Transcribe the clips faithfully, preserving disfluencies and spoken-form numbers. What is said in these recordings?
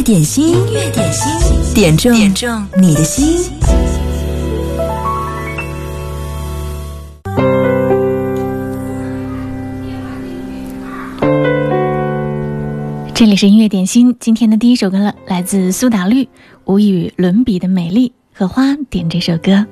点心，音乐点心，点中点中你的心。 这里是音乐点心，今天的第一首歌了，来自苏打绿，无与伦比的美丽。荷花点这首歌。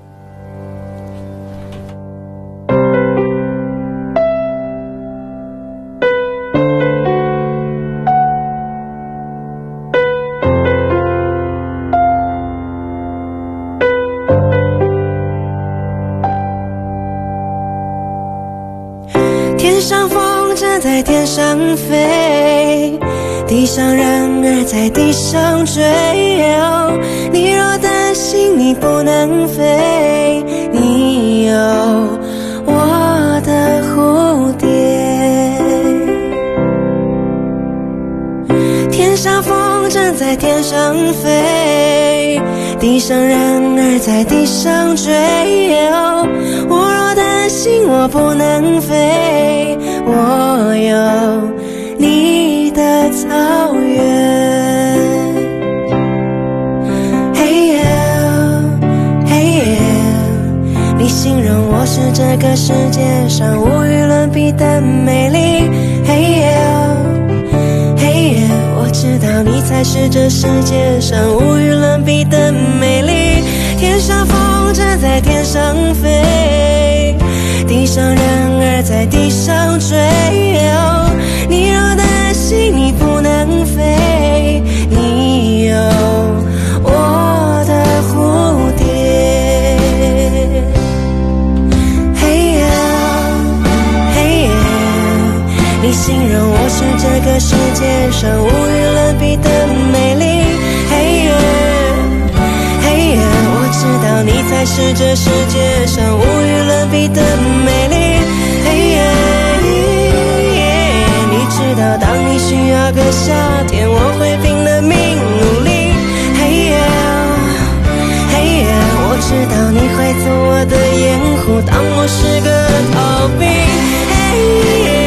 天上风筝在天上飞，地上人儿在地上追，哦，你若担心你不能飞，你有我的蝴蝶。天上风筝在天上飞，地上人儿在地上追，哦，我若担心我不能飞，我有你的草原。嘿耶嘿耶，你形容我是这个世界上无与伦比的美丽。嘿耶嘿耶，我知道你才是这世界上无与伦比的美丽。天上风筝在天上飞，地上人儿在地上追，哦，你若担心你不能飞，你有我的蝴蝶。嘿呀嘿呀，你形容我是这个世界上无与伦比的美丽。嘿呀嘿呀，我知道你才是这世界上无与伦比的美丽。嘿耶耶，你知道当你需要个夏天，我会拼了命努力。嘿耶嘿耶，我知道你会做我的掩护，当我是个逃兵。嘿耶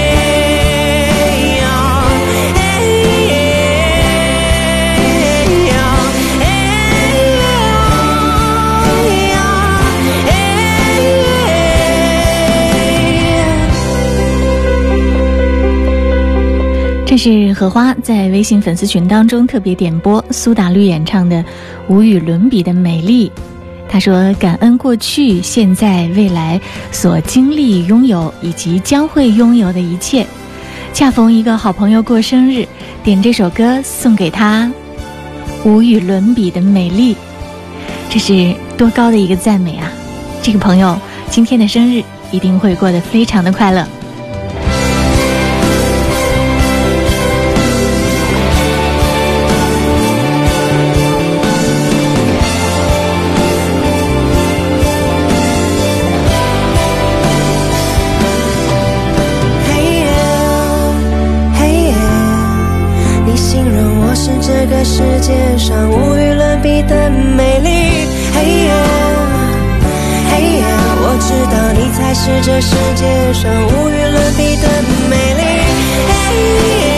这是荷花在微信粉丝群当中特别点播苏打绿演唱的《无与伦比的美丽》。他说感恩过去现在未来所经历拥有以及将会拥有的一切，恰逢一个好朋友过生日，点这首歌送给他，无与伦比的美丽。这是多高的一个赞美啊，这个朋友今天的生日一定会过得非常的快乐。 这个世界上无与伦比的美丽。嘿耶嘿耶，我知道你才是这世界上无与伦比的美丽。嘿耶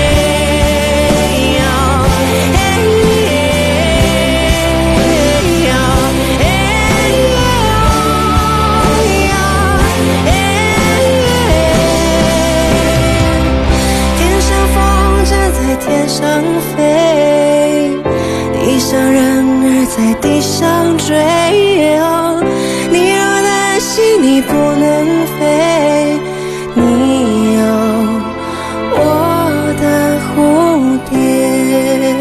天上飞，地上人儿在地上追，哦，你若担心你不能飞，你有我的蝴蝶。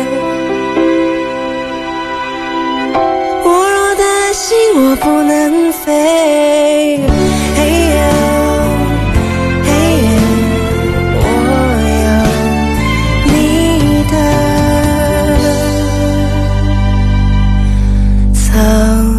我若担心我不能飞，嘿呀草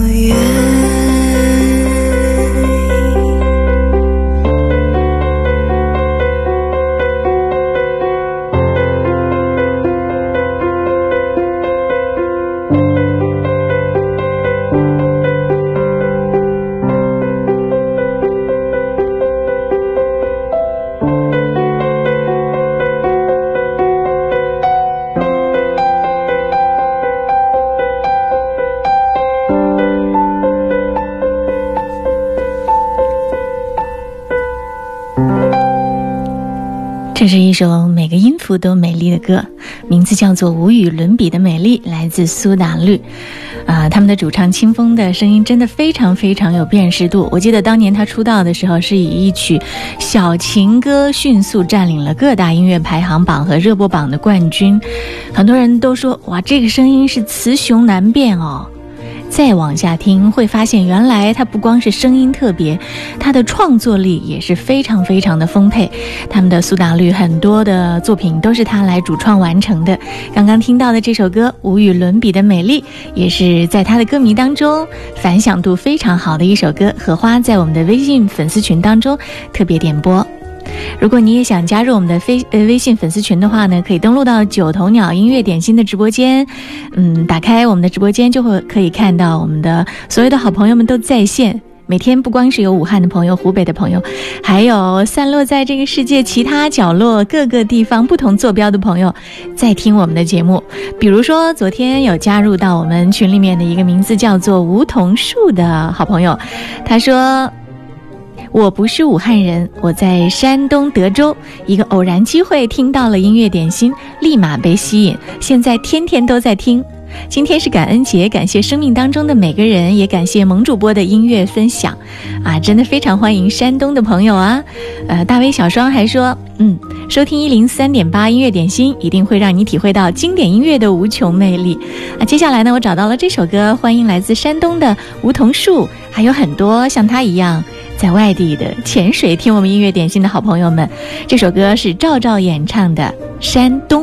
这是一首每个音符都美丽的歌，名字叫做《无与伦比的美丽》，来自苏打绿。啊、呃，他们的主唱清风的声音真的非常非常有辨识度。我记得当年他出道的时候，是以一曲小情歌迅速占领了各大音乐排行榜和热播榜的冠军。很多人都说，哇，这个声音是雌雄难辨哦。再往下听会发现，原来他不光是声音特别，他的创作力也是非常非常的丰沛。他们的苏打绿很多的作品都是他来主创完成的。刚刚听到的这首歌《无与伦比的美丽》也是在他的歌迷当中反响度非常好的一首歌，荷花在我们的微信粉丝群当中特别点播。如果你也想加入我们的非呃微信粉丝群的话呢，可以登录到九头鸟音乐点心的直播间，嗯，打开我们的直播间就会可以看到我们的所有的好朋友们都在线。每天不光是有武汉的朋友、湖北的朋友，还有散落在这个世界其他角落各个地方不同坐标的朋友在听我们的节目。比如说昨天有加入到我们群里面的一个名字叫做梧桐树的好朋友，他说，我不是武汉人，我在山东德州，一个偶然机会听到了音乐点心，立马被吸引，现在天天都在听。今天是感恩节，感谢生命当中的每个人，也感谢萌主播的音乐分享啊，真的非常欢迎山东的朋友啊。呃，大威小双还说，嗯，收听一零三点八音乐点心，一定会让你体会到经典音乐的无穷魅力啊。接下来呢，我找到了这首歌，欢迎来自山东的梧桐树，还有很多像他一样在外地的潜水听我们音乐点心的好朋友们。这首歌是赵照演唱的《山东》。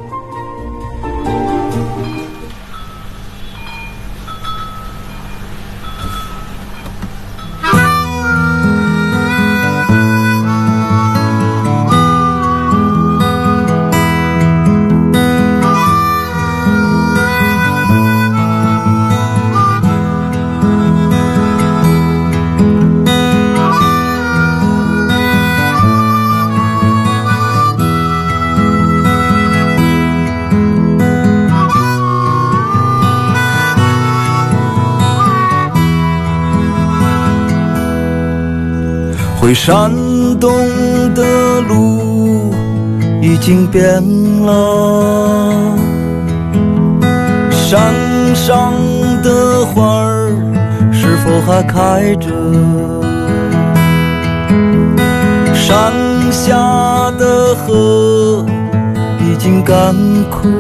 回山东的路已经变了，山上的花儿是否还开着？山下的河已经干枯，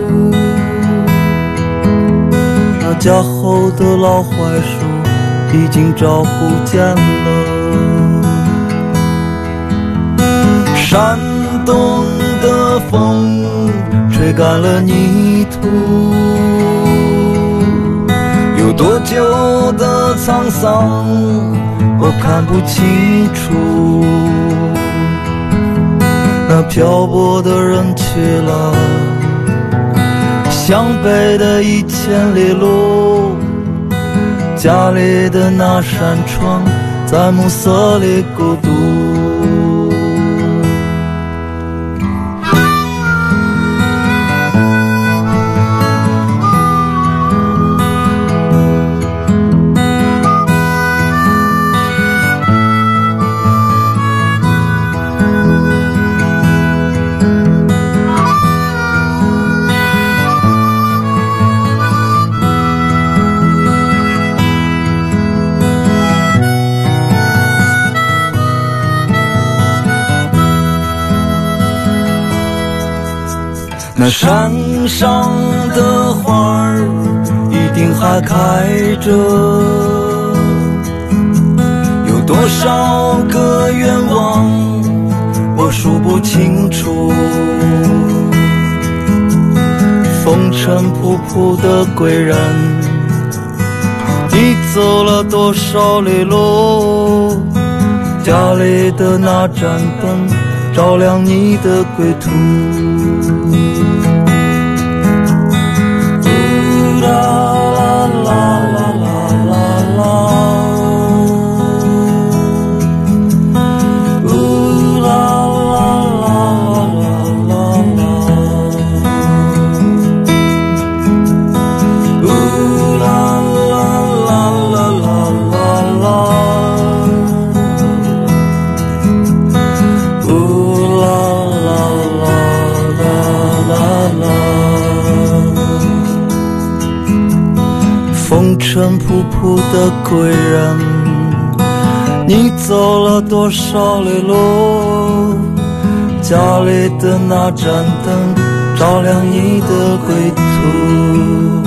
那家后的老槐树已经找不见了。山东的风吹干了泥土，有多久的沧桑我看不清楚。那漂泊的人去了向北的一千里路，家里的那扇窗在暮色里孤独。那山上的花儿一定还开着，有多少个愿望我数不清楚。风尘仆仆的归人，你走了多少里路？家里的那盏灯照亮你的归途。啦啦啦啦啦啦啦，呜啦啦啦啦啦啦，呜啦啦啦啦啦啦，呜啦啦。 仆的贵人，你走了多少里路？家里的那盏灯照亮你的归途。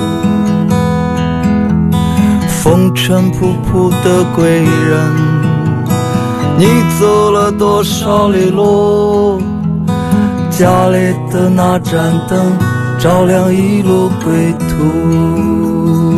风尘仆仆的贵人，你走了多少里路？家里的那盏灯照亮一路归途。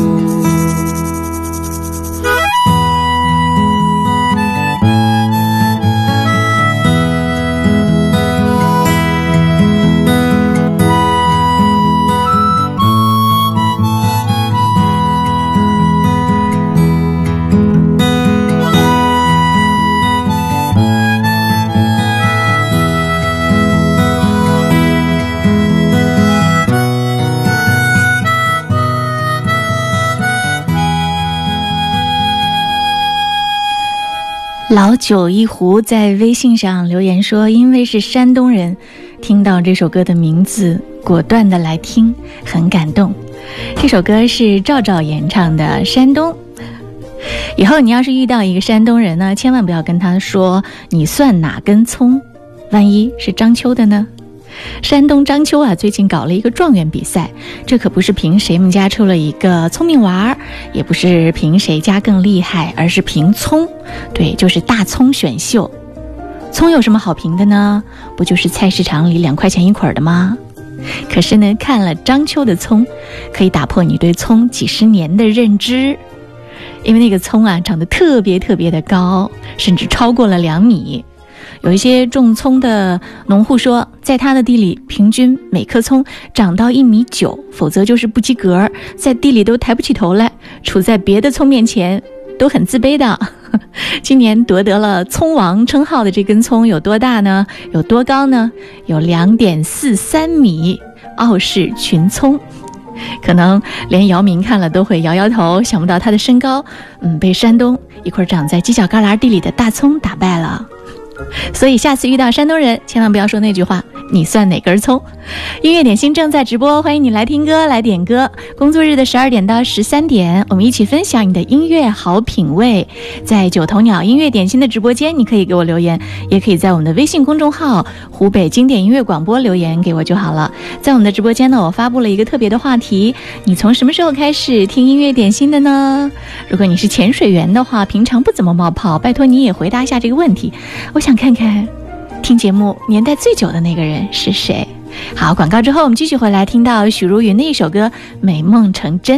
老酒一壶在微信上留言说，因为是山东人，听到这首歌的名字果断的来听，很感动。这首歌是赵赵演唱的《山东》。以后你要是遇到一个山东人呢，千万不要跟他说你算哪根葱，万一是章丘的呢？山东章丘啊，最近搞了一个状元比赛，这可不是凭谁们家出了一个聪明娃，也不是凭谁家更厉害，而是凭葱。对，就是大葱选秀。葱有什么好评的呢？不就是菜市场里两块钱一捆的吗？可是呢，看了章丘的葱，可以打破你对葱几十年的认知。因为那个葱啊，长得特别特别的高，甚至超过了两米。有一些种葱的农户说，在他的地里平均每棵葱长到一米九，否则就是不及格，在地里都抬不起头来，处在别的葱面前都很自卑的。今年夺得了葱王称号的这根葱有多大呢？有多高呢？有 两点四三米，傲视群葱。可能连姚明看了都会摇摇头，想不到他的身高嗯，被山东一块长在犄角旮旯地里的大葱打败了。所以下次遇到山东人，千万不要说那句话，你算哪根葱。音乐点心正在直播，欢迎你来听歌来点歌。工作日的十二点到十三点，我们一起分享你的音乐好品味。在九头鸟音乐点心的直播间，你可以给我留言，也可以在我们的微信公众号湖北经典音乐广播留言给我就好了。在我们的直播间呢，我发布了一个特别的话题，你从什么时候开始听音乐点心的呢？如果你是潜水员的话，平常不怎么冒泡，拜托你也回答一下这个问题，我想看看听节目年代最久的那个人是谁。好，广告之后我们继续回来听到许茹芸的一首歌《美梦成真》。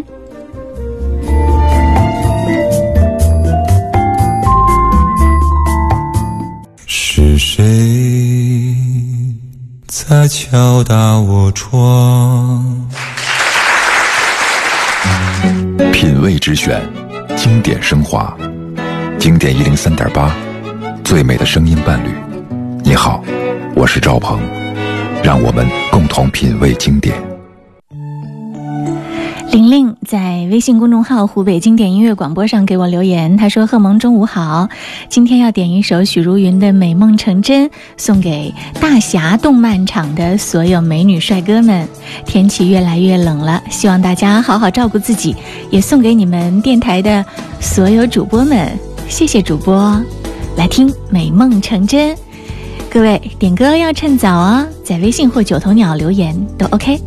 是谁在敲打我窗？ 品味之选，经典升华，经典一零三点八，最美的声音伴侣。你好，我是赵鹏，让我们共同品味经典。 玲玲在微信公众号湖北经典音乐广播上给我留言，她说：贺萌中午好，今天要点一首许茹芸的《美梦成真》，送给大侠动漫场的所有美女帅哥们。天气越来越冷了，希望大家好好照顾自己，也送给你们电台的所有主播们，谢谢主播。来听《美梦成真》，各位点歌要趁早啊，在微信或九头鸟留言都 OK。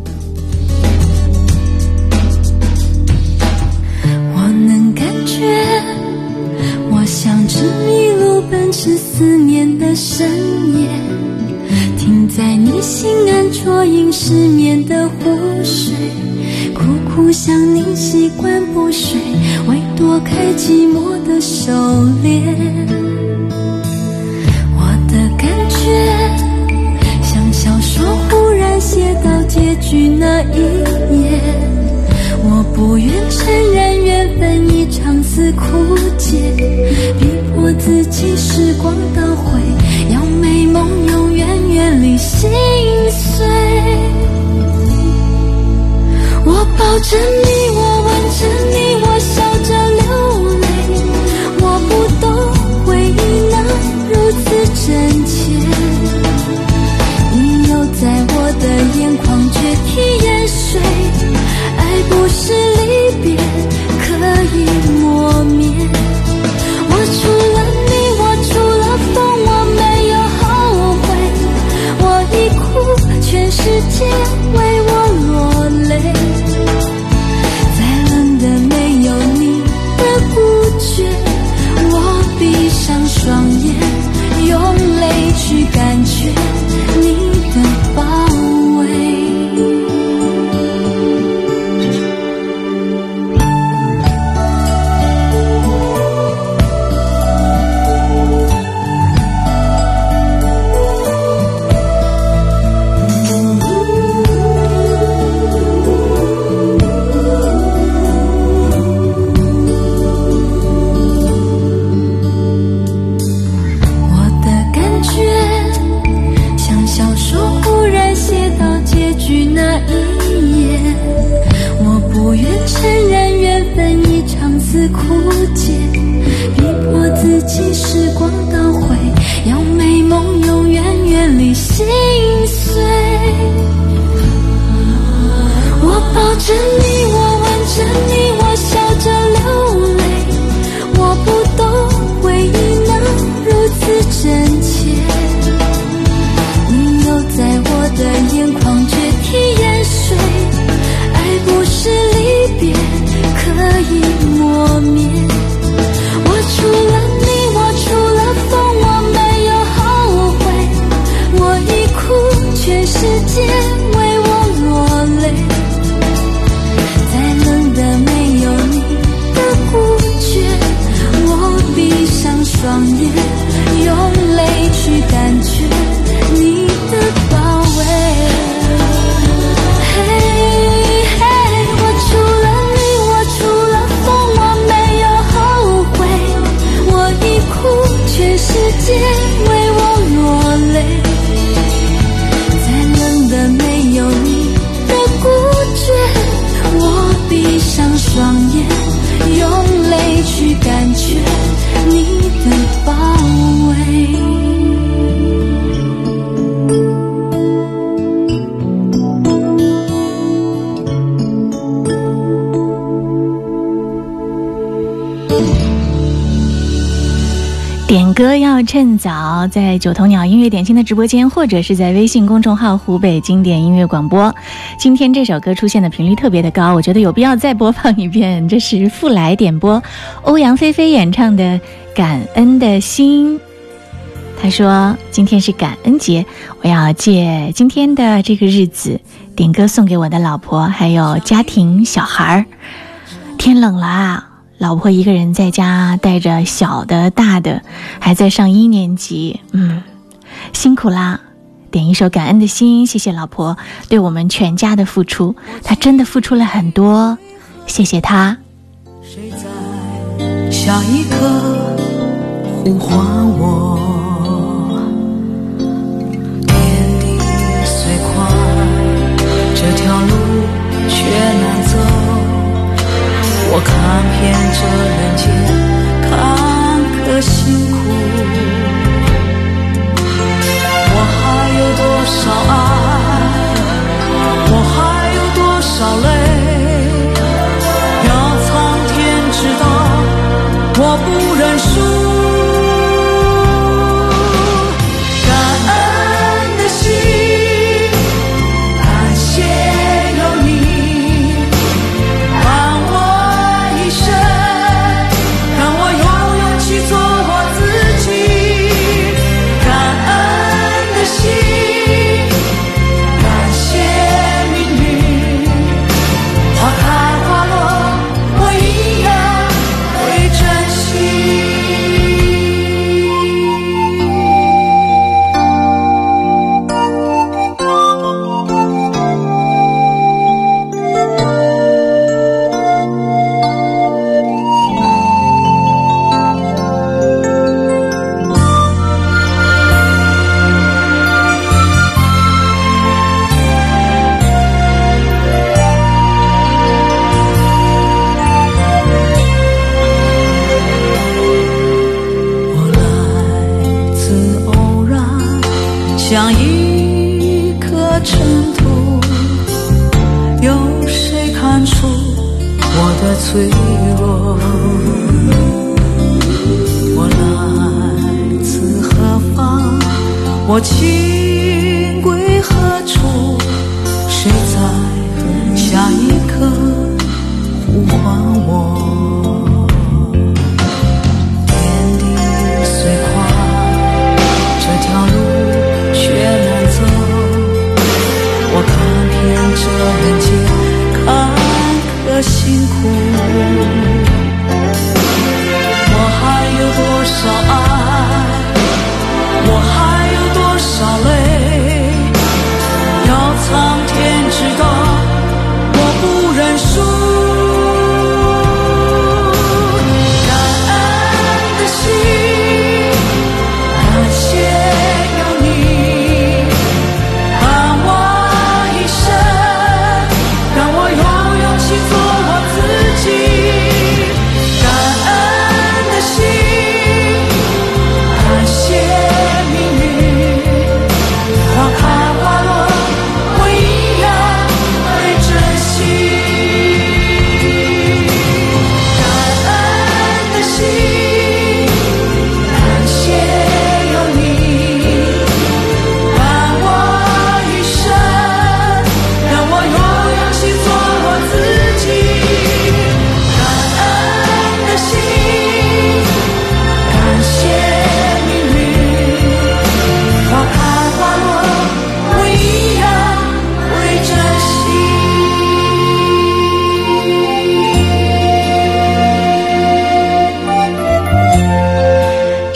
我像只一路奔驰思念的深夜，停在你心安啜饮失眠的湖水，苦苦向你习惯不睡，为躲开寂寞的狩猎。我的感觉像小说忽然写到结局那一页，我不愿承认缘分一场似枯竭，逼迫自己时光倒回，要美梦永远远离心碎。我抱着你，我吻着你，我笑着流泪，我不懂回忆那如此真切，你又在我的眼眶决堤淹水，爱不是离别可以抹丝枯竭，逼迫自己时光倒回，要美梦永远远离心碎。我抱着你，我吻着你，我笑着流泪，我不懂回忆能如此真切，你又在我的眼眶决堤淹水，爱不是离别可以磨灭。我除了你，我除了风，我没有后悔，我已哭，全世界为我落泪，再冷的没有你的孤绝，我闭上双眼，用泪去感觉你的包围。嘿嘿，我除了你，我除了风，我没有后悔，我已哭，全世界为我落泪，再冷的没有你的孤绝，我闭上双眼，用泪去感觉你的包围。 点歌要趁早，在九头鸟音乐点心的直播间，或者是在微信公众号湖北经典音乐广播。今天这首歌出现的频率特别的高，我觉得有必要再播放一遍。这是傅来点播欧阳菲菲演唱的《感恩的心》。他说今天是感恩节，我要借今天的这个日子点歌送给我的老婆还有家庭小孩。天冷了啊，老婆一个人在家带着小的大的，还在上一年级，嗯，辛苦啦。点一首《感恩的心》，谢谢老婆对我们全家的付出，她真的付出了很多，谢谢她。 谁在下一刻呼唤我？天地虽宽，这条路却难走。我看遍这人间坎坷辛苦，我还有多少爱，我还有多少泪，要苍天知道我不认输。感恩的心，感谢有你伴我一生，让我有勇气做我自己。感恩的心，感谢命运，花开花落我一样会珍惜。像一颗尘土，有谁看出我的脆弱？我来自何方？我情归何处？谁在下一刻呼唤我？这人间坎坷辛苦，我还有多少爱，我还有多少泪，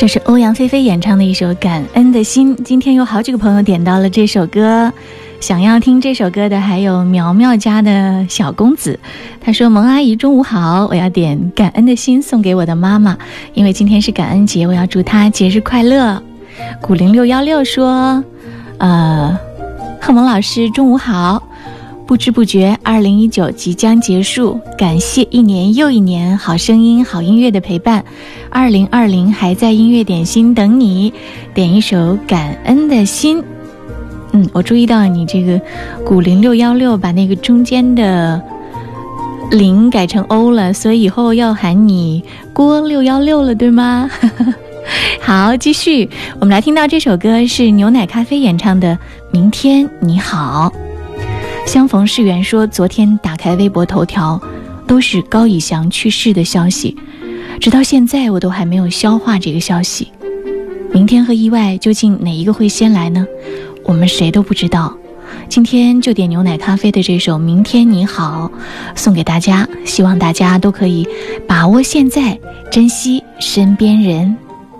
这是欧阳菲菲演唱的一首《感恩的心》。今天有好几个朋友点到了这首歌，想要听这首歌的还有苗苗家的小公子，他说：蒙阿姨中午好，我要点《感恩的心》送给我的妈妈，因为今天是感恩节，我要祝她节日快乐。古零六幺六说：呃，贺蒙老师中午好，不知不觉二零一九即将结束，感谢一年又一年好声音好音乐的陪伴，二零二零还在音乐点心等你，点一首《感恩的心》。嗯，我注意到你这个古零六幺六把那个中间的零改成 O 了，所以以后要喊你郭六幺六了，对吗？好，继续，我们来听到这首歌是牛奶咖啡演唱的《明天你好》。相逢是缘说，昨天打开微博头条都是高以翔去世的消息，直到现在我都还没有消化这个消息。明天和意外究竟哪一个会先来呢？我们谁都不知道。今天就点牛奶咖啡的这首《明天你好》送给大家，希望大家都可以把握现在，珍惜身边人。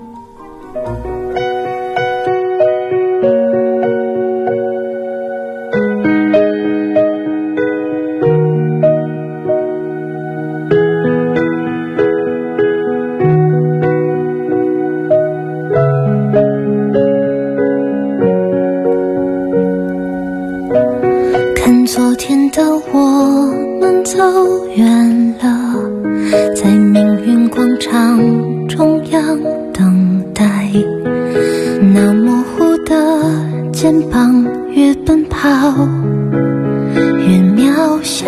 昨天的我们走远了，在命运广场中央等待，那模糊的肩膀越奔跑越渺小，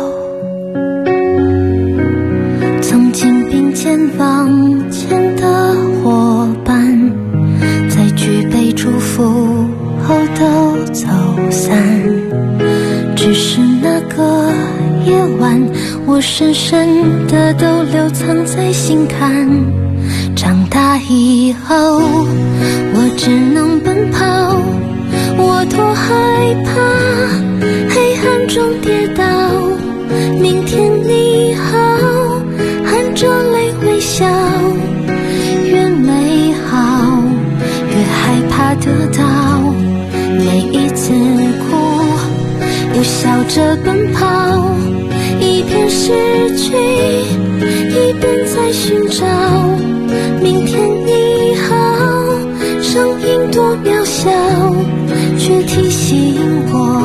曾经并肩往前的伙伴，在举杯祝福后都走散，只是那个夜晚，我深深的都留藏在心坎。长大以后，我只能奔跑，我多害怕黑暗中跌倒。明天你好，含着泪微笑，越美好越害怕得到，每一次哭又笑着奔跑，一边失去一边在寻找。明天你好，声音多渺小，却提醒我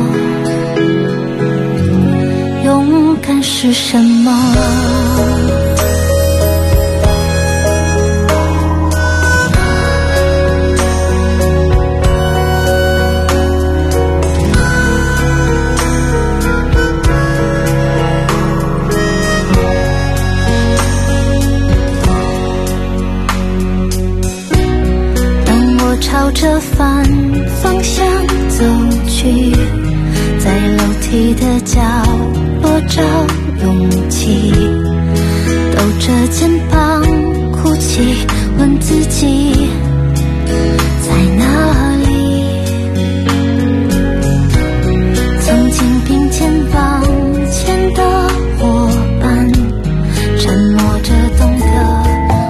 勇敢是什么。朝着反方向走去，在楼梯的角落找勇气，抖着肩膀哭泣，问自己在哪里。曾经并肩往前的伙伴，沉默着懂得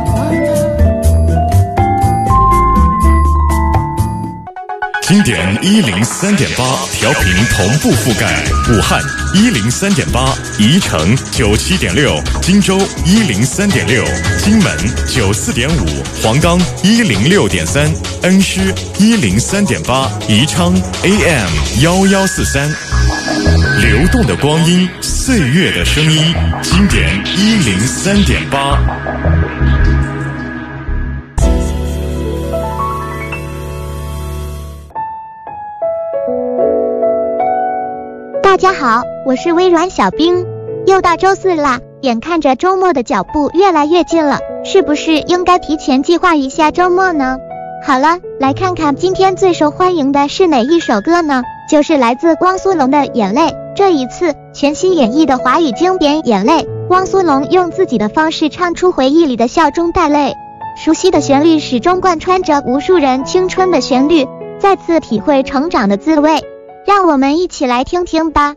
经典一零三点八调频同步覆盖武汉一零三点八，宜城九七点六，荆州一零三点六，荆门九四点五，黄冈一零六点三，恩施一零三点八，宜昌 A M 幺幺四三。流动的光阴，岁月的声音，经典一零三点八。 大家好，我是微软小冰。又到周四啦，眼看着周末的脚步越来越近了，是不是应该提前计划一下周末呢？好了，来看看今天最受欢迎的是哪一首歌呢？就是来自汪苏泷的《眼泪》。这一次全新演绎的华语经典《眼泪》，汪苏泷用自己的方式唱出回忆里的笑中带泪。熟悉的旋律始终贯穿着无数人青春的旋律，再次体会成长的滋味。让我们一起来听听吧。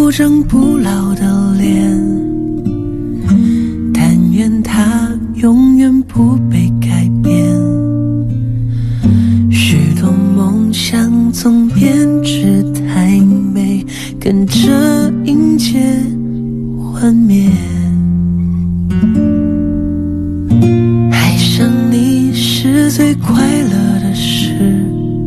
不张不老的脸，但愿它永远不被改变。许多梦想总编织太美，跟着迎接幻灭。爱上你是最快乐的事，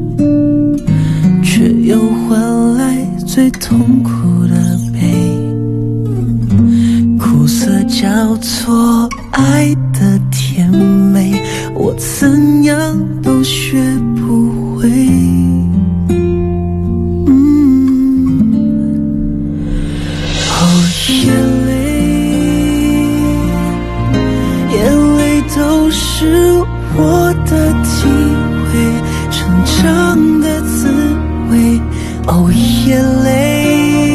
却又换来最痛苦的悲。苦涩交错爱的甜美，我怎样都学不会。哦，眼泪，眼泪都是我的体会，成长的滋味。哦，眼泪，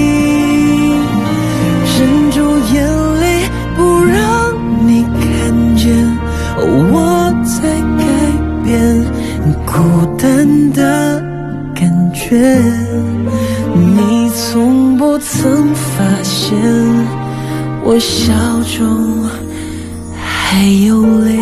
忍住眼泪，不让你看见，哦，我在改变孤单的感觉。你从不曾发现，我笑中还有泪。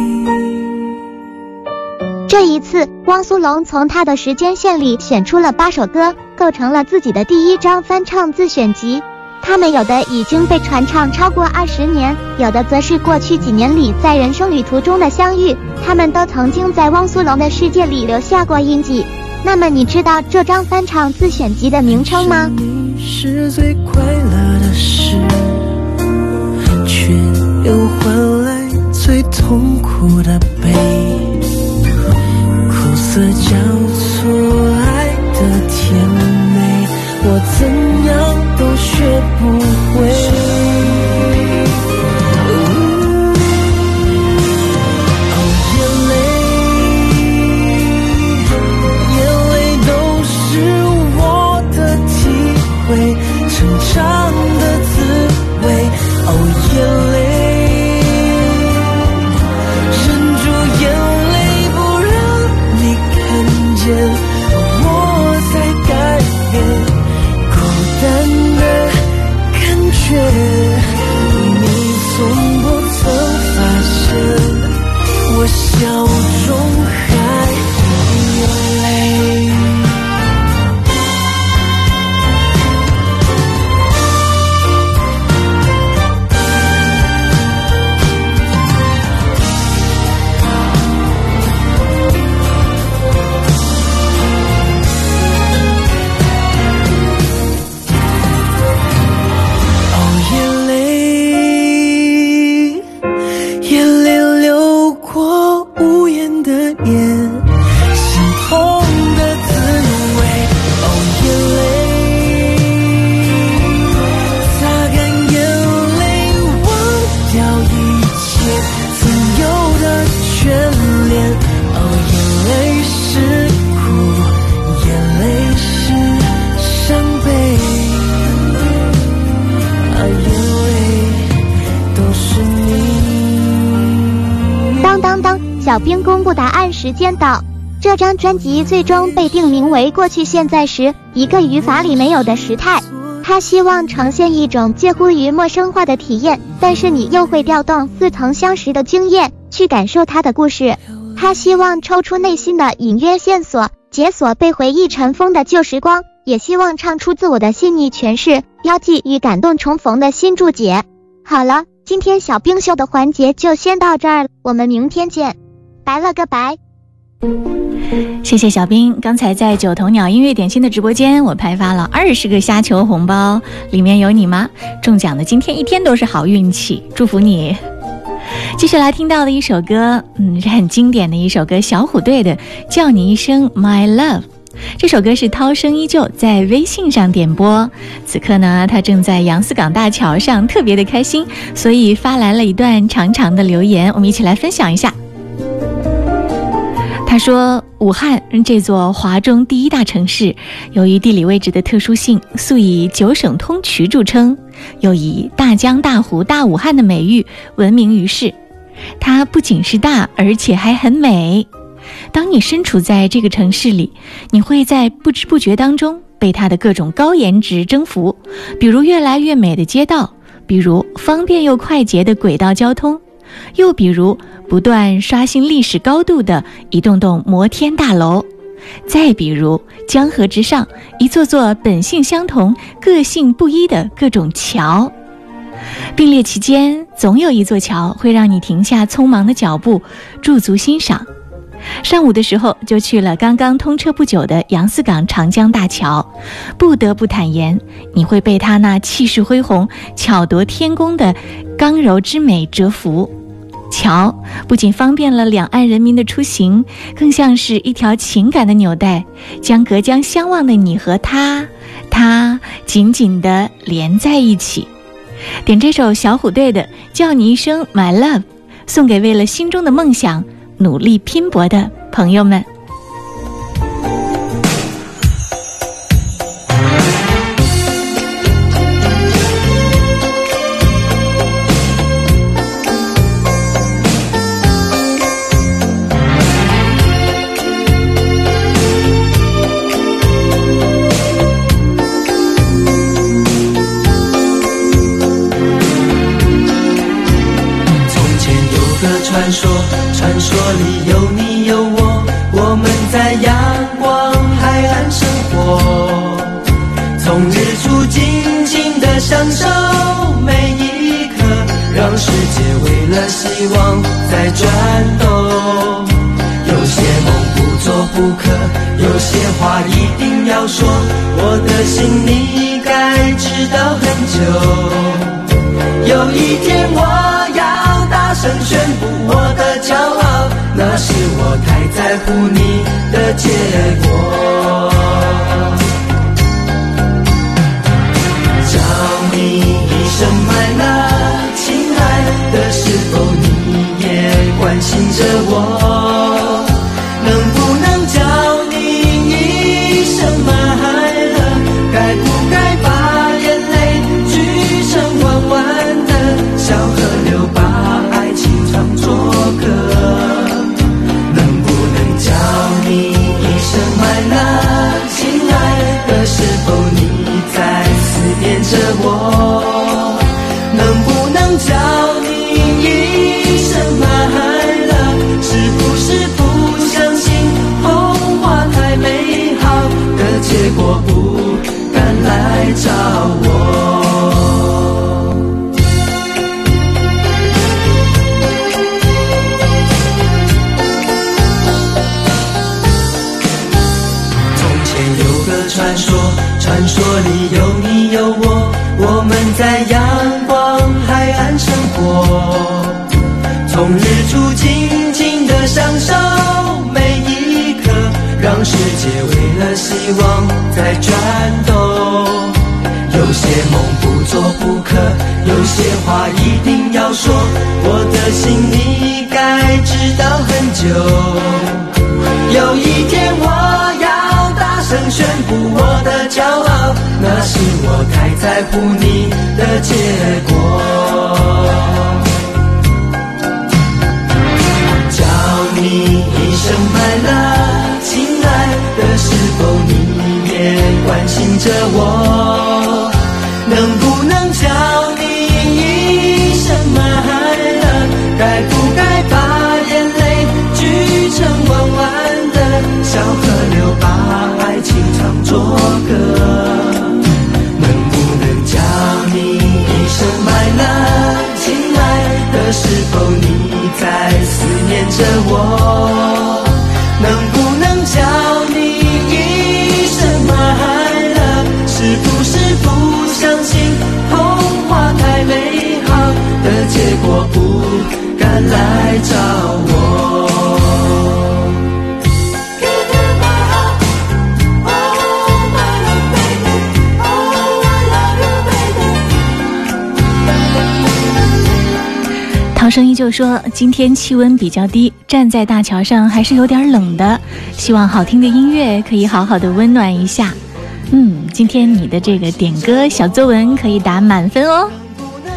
这一次，汪苏泷从他的时间线里选出了八首歌，构成了自己的第一张翻唱自选集。他们有的已经被传唱超过二十年，有的则是过去几年里在人生旅途中的相遇，他们都曾经在汪苏泷的世界里留下过印记。那么你知道这张翻唱自选集的名称吗？ 你是最快乐的事，却又换来最痛苦的悲。苦涩交错爱的甜美，我怎样都学不会。成长的滋味，哦，眼泪，忍住眼泪，不让你看见，我在改变孤单的感觉。你从不曾发现，我笑中还有泪。 小兵公布答案时间到。这张专辑最终被定名为过去现在时，一个语法里没有的时态。他希望呈现一种介乎于陌生化的体验，但是你又会调动似曾相识的经验去感受他的故事。他希望抽出内心的隐约线索，解锁被回忆尘封的旧时光，也希望唱出自我的细腻诠释，标记与感动重逢的新注解。好了，今天小兵秀的环节就先到这儿了，我们明天见，拜了个拜。 谢谢小兵，刚才在九头鸟音乐点心的直播间，我派发了二十个虾球红包，里面有你吗？中奖的今天一天都是好运气，祝福你。接下来听到的一首歌，嗯，是很经典的一首歌，小虎队的《叫你一声 My Love》。这首歌是涛声依旧在微信上点播，此刻呢，他正在杨思港大桥上，特别的开心，所以发来了一段长长的留言，我们一起来分享一下。他说，武汉这座华中第一大城市，由于地理位置的特殊性，素以九省通衢著称，又以大江大湖大武汉的美誉闻名于世。它不仅是大，而且还很美。 当你身处在这个城市里，你会在不知不觉当中被它的各种高颜值征服，比如越来越美的街道，比如方便又快捷的轨道交通，又比如不断刷新历史高度的一栋栋摩天大楼，再比如江河之上一座座本性相同、个性不一的各种桥。并列其间，总有一座桥会让你停下匆忙的脚步，驻足欣赏。上午的时候就去了刚刚通车不久的杨泗港长江大桥，不得不坦言，你会被它那气势恢宏、巧夺天工的刚柔之美折服。桥不仅方便了两岸人民的出行，更像是一条情感的纽带，将隔江相望的你和他他紧紧地连在一起。点这首小虎队的《叫你一声 My Love》，送给为了心中的梦想努力拼搏的朋友们。 传说，传说里有你有我，我们在阳光海岸生活，从日出静静地享受每一刻，让世界为了希望在转动。有些梦不做不可，有些话一定要说，我的心你该知道很久。有一天我要大声宣布我的骄傲，那是我太在乎你的结果。叫你一声 My love， 亲爱的，是否你也关心着我？能不能叫你一声 My love， 该不该把眼泪聚成弯弯的小河流，把爱情唱作歌？能不能叫你一声 My love， 亲爱的，是否你在思念着我？能不能叫你一声 My love， 是不是不相信童话太美好的结果，不敢来找我？传说，传说里有你有我，我们在阳光海岸生活，从日出静静地享受每一刻，让世界为了希望在转动。有些梦不做不可，有些话一定要说，我的心你该知道很久。有一天我要大声宣布我的骄傲，那是我太在乎你的结果。叫你一声 My love， 亲爱的，是否你也关心着我？能不能叫你一声 My love， 该不该把眼泪聚成弯弯的小河流，把爱情唱作歌？能不能叫你一声 My love， 亲爱的，是否你在思念着我？能不能叫你一声 My love， 是不是不相信童话太美好的结果，不敢来找我？ 涛声依旧说，今天气温比较低，站在大桥上还是有点冷的，希望好听的音乐可以好好的温暖一下。嗯，今天你的这个点歌小作文可以打满分哦。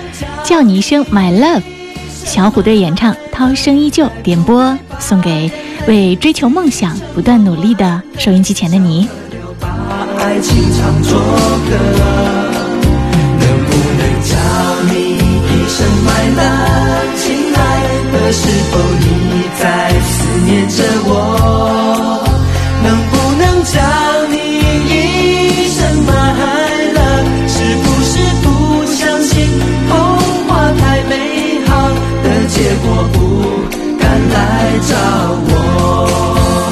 叫你一声 My Love， 小虎队演唱，涛声依旧点播，送给为追求梦想不断努力的收音机前的你。 把爱情唱作歌，能不能叫你一声 My love， 亲爱的，是否你在思念着我？能不能叫你一声 My love， 是不是不相信童话太美好的结果不敢来找我？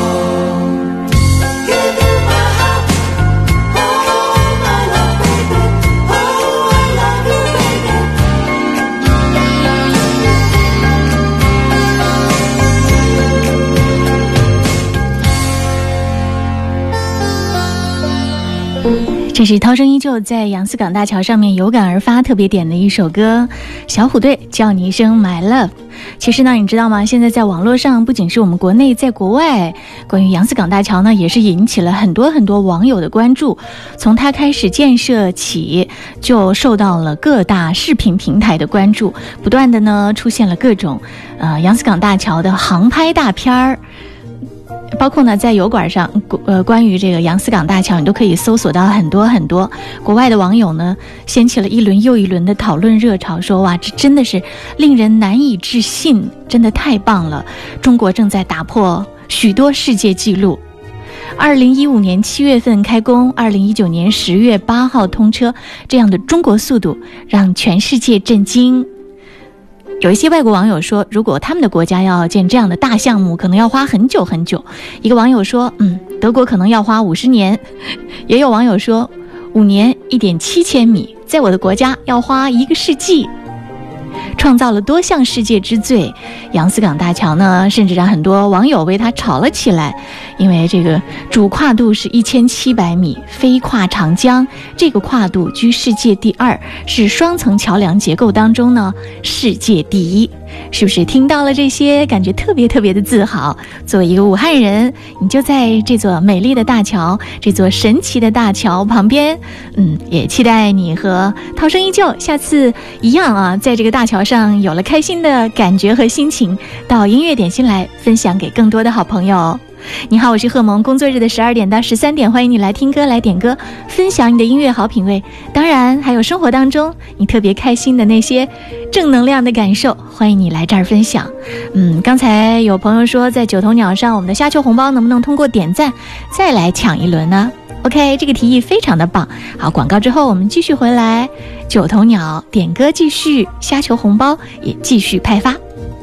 这是涛声依旧在杨思港大桥上面有感而发特别点的一首歌，小虎队叫你一声 My Love。 其实呢，你知道吗，现在在网络上不仅是我们国内，在国外关于杨思港大桥呢也是引起了很多很多网友的关注。从它开始建设起就受到了各大视频平台的关注，不断的呢出现了各种呃杨思港大桥的航拍大片儿，包括呢在油管上呃关于这个杨思港大桥你都可以搜索到很多很多。国外的网友呢掀起了一轮又一轮的讨论热潮，说哇，这真的是令人难以置信，真的太棒了，中国正在打破许多世界纪录。二零一五年七月份开工，二零一九年十月八号通车，这样的中国速度让全世界震惊。有一些外国网友说，如果他们的国家要建这样的大项目，可能要花很久很久。一个网友说，嗯，德国可能要花五十年。也有网友说，五年一点七千米，在我的国家要花一个世纪。创造了多项世界之最，杨思港大桥呢，甚至让很多网友为它吵了起来，因为这个主跨度是一千七百米，飞跨长江，这个跨度居世界第二，是双层桥梁结构当中呢世界第一。是不是听到了这些，感觉特别特别的自豪？作为一个武汉人，你就在这座美丽的大桥，这座神奇的大桥旁边，嗯，也期待你和涛声依旧下次一样啊，在这个大桥上有了开心的感觉和心情，到音乐点心来分享给更多的好朋友。你好，我是贺萌，工作日的十二点到十三点，欢迎你来听歌，来点歌，分享你的音乐好品味。当然还有生活当中你特别开心的那些正能量的感受，欢迎你来这儿分享。嗯，刚才有朋友说在九头鸟上我们的虾球红包能不能通过点赞再来抢一轮呢？ OK， 这个提议非常的棒。好，广告之后我们继续回来，九头鸟点歌继续，虾球红包也继续派发。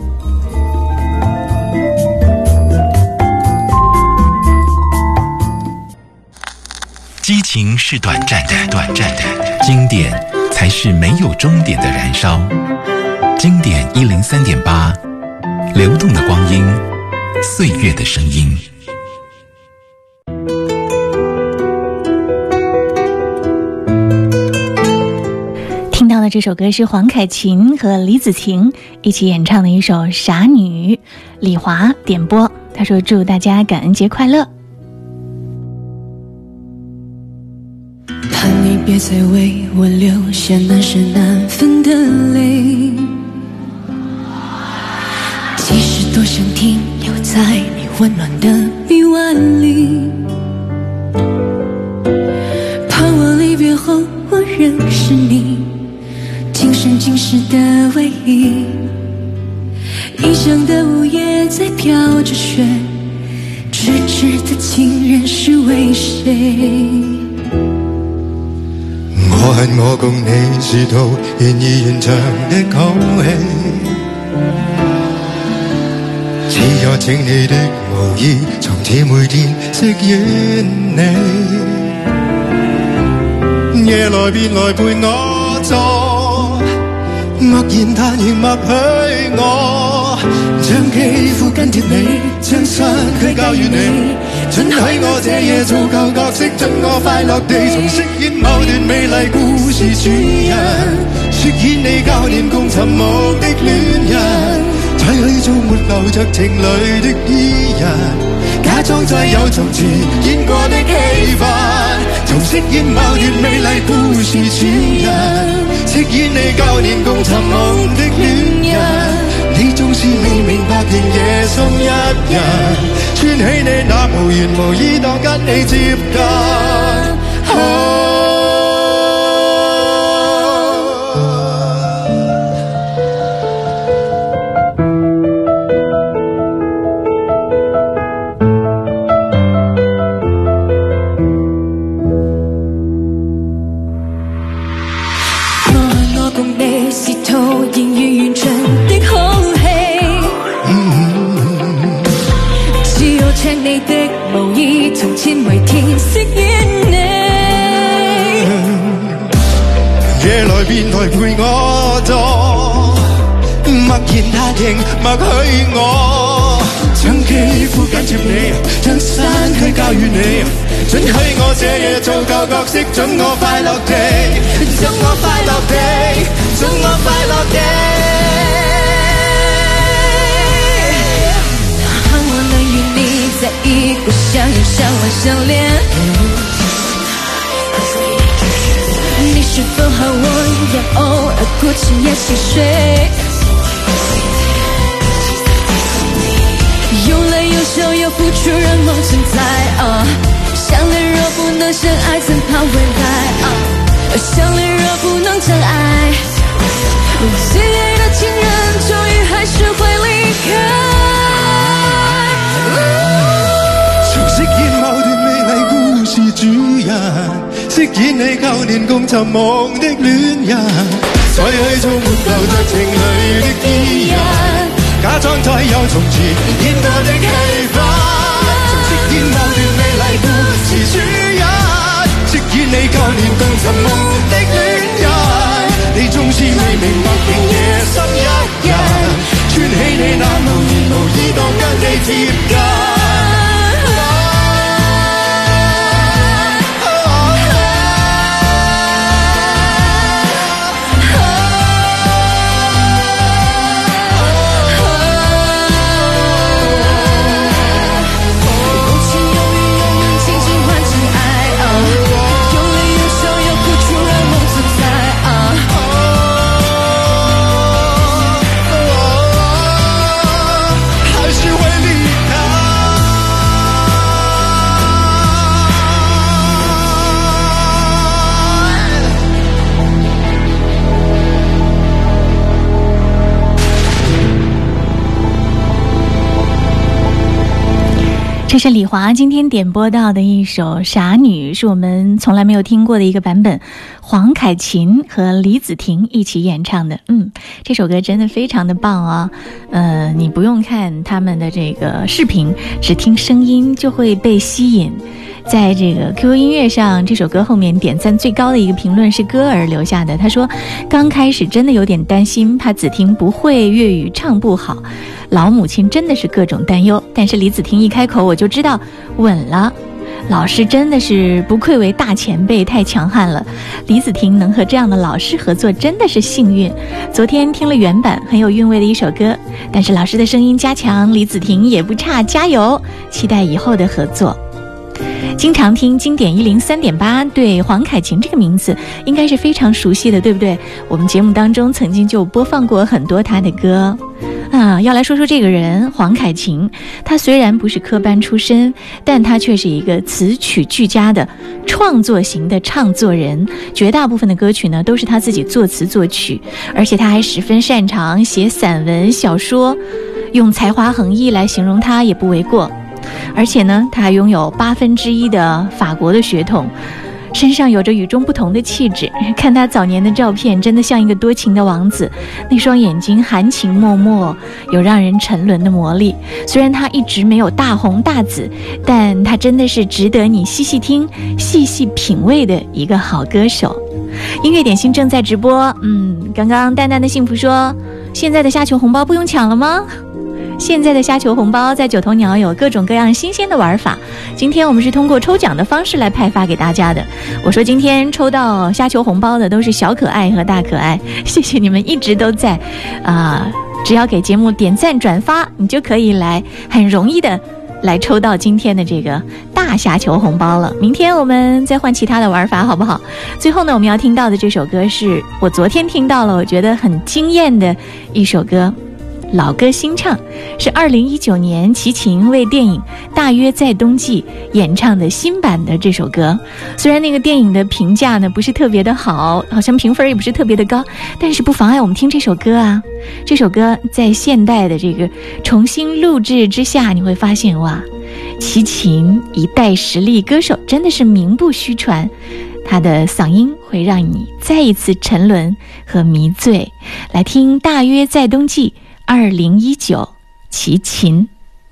激情是短暂的，短暂的；经典才是没有终点的燃烧。经典一零三点八，流动的光阴，岁月的声音。 听到的这首歌是黄凯芹和李子婷一起演唱的一首《傻女》，李华点播，他说祝大家感恩节快乐。 盼你别再为我留下难舍难分的泪，即使多想停留在你温暖的臂弯里，盼望离别后我仍是你今生今世的唯一。异乡的午夜在飘着雪，痴痴的情人是为谁？ 我恨我共你是道現已完場的口氣，只有整你的無意，從此每天飾演你，夜來便來陪我坐，默然但仍默許我，將肌膚跟貼你，將身軀交予你，准許我這夜做舊角色，准我快樂地從飾演某段美麗故事主人，飾演你舊年共尋夢的戀人，在裏做沒流着情淚的伊人，假裝再有從前演過的戲份，從飾演某段美麗故事主人，飾演你舊年共尋夢的戀人，你你縱是未明白，仍夜深一人，串起你那無言無意當跟你接近。啊便來陪我坐，默然他仍默許我，將肌膚緊貼你，將身軀交予你，准許我這夜做舊角色，准我快樂地，准我快樂地，准我快樂地。盼我能與你在一個相擁相望相戀。是否和我一樣偶爾孤寂也細睡，有淚有笑有付出讓夢存在啊，相戀若不能相愛怎怕未來啊，相戀若不能相愛，最愛的情人終於還是會離開，從飾演矛盾美麗故事主人，飾演你舊年共尋夢的戀人，再去做沒留着情侶的伊人，假裝再有從前演過的戲份，從飾演某段美麗故事主人，飾演你舊年共尋夢的戀人，你縱是未明白仍夜深一人，串起你那無言無意當跟你接近。 这是李华今天点播到的一首《傻女》，是我们从来没有听过的一个版本，黄凯芹和李子婷一起演唱的。嗯，这首歌真的非常的棒啊！呃，你不用看他们的这个视频，只听声音就会被吸引。在这个 Q Q 音乐上，这首歌后面点赞最高的一个评论是歌儿留下的，他说刚开始真的有点担心，怕子婷不会粤语唱不好，老母亲真的是各种担忧，但是李子婷一开口我就知道稳了，老师真的是不愧为大前辈，太强悍了，李子婷能和这样的老师合作真的是幸运。昨天听了原版，很有韵味的一首歌，但是老师的声音加强，李子婷也不差，加油，期待以后的合作。经常听经典一零三点八，对黄凯芹这个名字应该是非常熟悉的，对不对？我们节目当中曾经就播放过很多他的歌啊。要来说说这个人黄凯芹，他虽然不是科班出身，但他却是一个词曲俱佳的创作型的唱作人，绝大部分的歌曲呢都是他自己作词作曲，而且他还十分擅长写散文小说，用才华横溢来形容他也不为过。而且呢，他还拥有八分之一的法国的血统，身上有着与众不同的气质。看他早年的照片，真的像一个多情的王子，那双眼睛含情脉脉，有让人沉沦的魔力。虽然他一直没有大红大紫，但他真的是值得你细细听、细细品味的一个好歌手。音乐点心正在直播，嗯，刚刚淡淡的幸福说，现在的虾球红包不用抢了吗？现在的虾球红包在九头鸟有各种各样新鲜的玩法，今天我们是通过抽奖的方式来派发给大家的。我说今天抽到虾球红包的都是小可爱和大可爱，谢谢你们一直都在啊、呃！只要给节目点赞转发，你就可以来很容易的来抽到今天的这个大虾球红包了。明天我们再换其他的玩法好不好？最后呢，我们要听到的这首歌是我昨天听到了我觉得很惊艳的一首歌， 老歌新唱，是二零一九年齐秦为电影《大约在冬季》演唱的新版的这首歌。虽然那个电影的评价呢不是特别的好，好像评分也不是特别的高，但是不妨碍我们听这首歌啊。这首歌在现代的这个重新录制之下，你会发现哇，齐秦一代实力歌手真的是名不虚传，他的嗓音会让你再一次沉沦和迷醉。来听《大约在冬季》二零一九齐秦。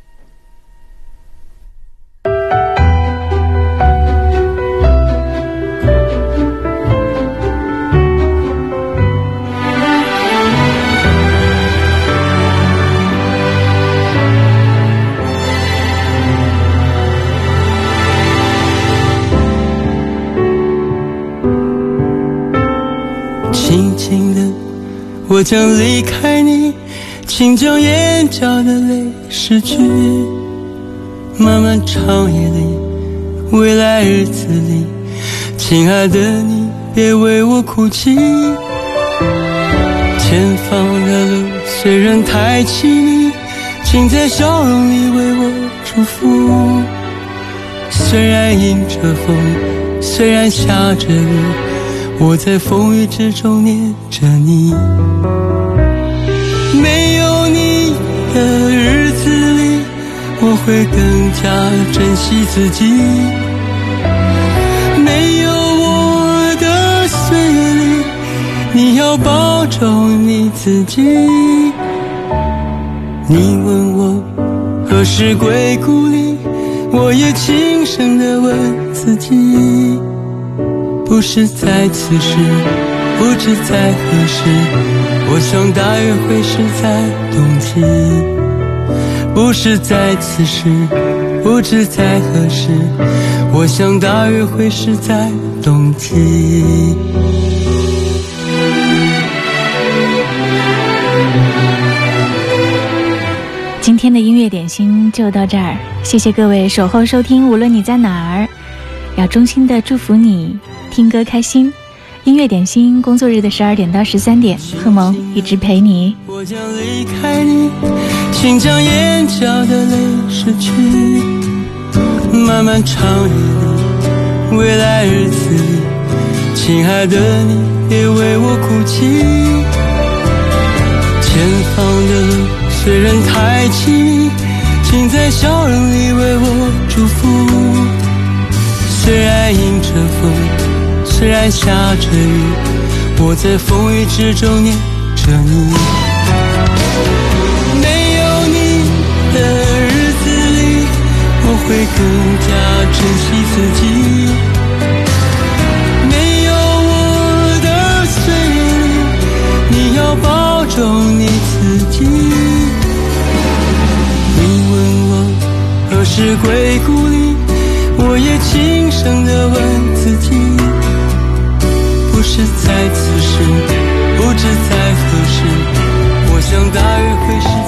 轻轻的我将离开你，请将眼角的泪拭去。漫漫长夜里，未来日子里，亲爱的你别为我哭泣。前方的路虽然太凄迷，请在笑容里为我祝福。虽然迎着风，虽然下着雨，我在风雨之中念着你。没有你的日子里，我会更加珍惜自己。没有我的岁月里，你要保重你自己。你问我何时归故里，我也轻声地问自己。不是在此时，不知在何时，我想大约会是在冬季。不是在此时，不知在何时，我想大约会是在冬季。 今天的音乐点心就到这儿，谢谢各位守候收听，无论你在哪儿，要衷心的祝福你听歌开心。音乐点心工作日的十二点到十三点，贺萌一直陪你。 我将离开你，请将眼角的泪拭去。漫漫长夜里，未来日子里，亲爱的你别为我哭泣。前方的路虽然太凄迷，请在笑容里为我祝福。虽然迎着风，虽然下着雨，我在风雨之中念着你。没有你的日子里，我会更加珍惜自己。没有我的岁月里，你要保重你自己。你问我何时归故里，我也轻声地问自己。不是在此时，不知在何时，我想大约会是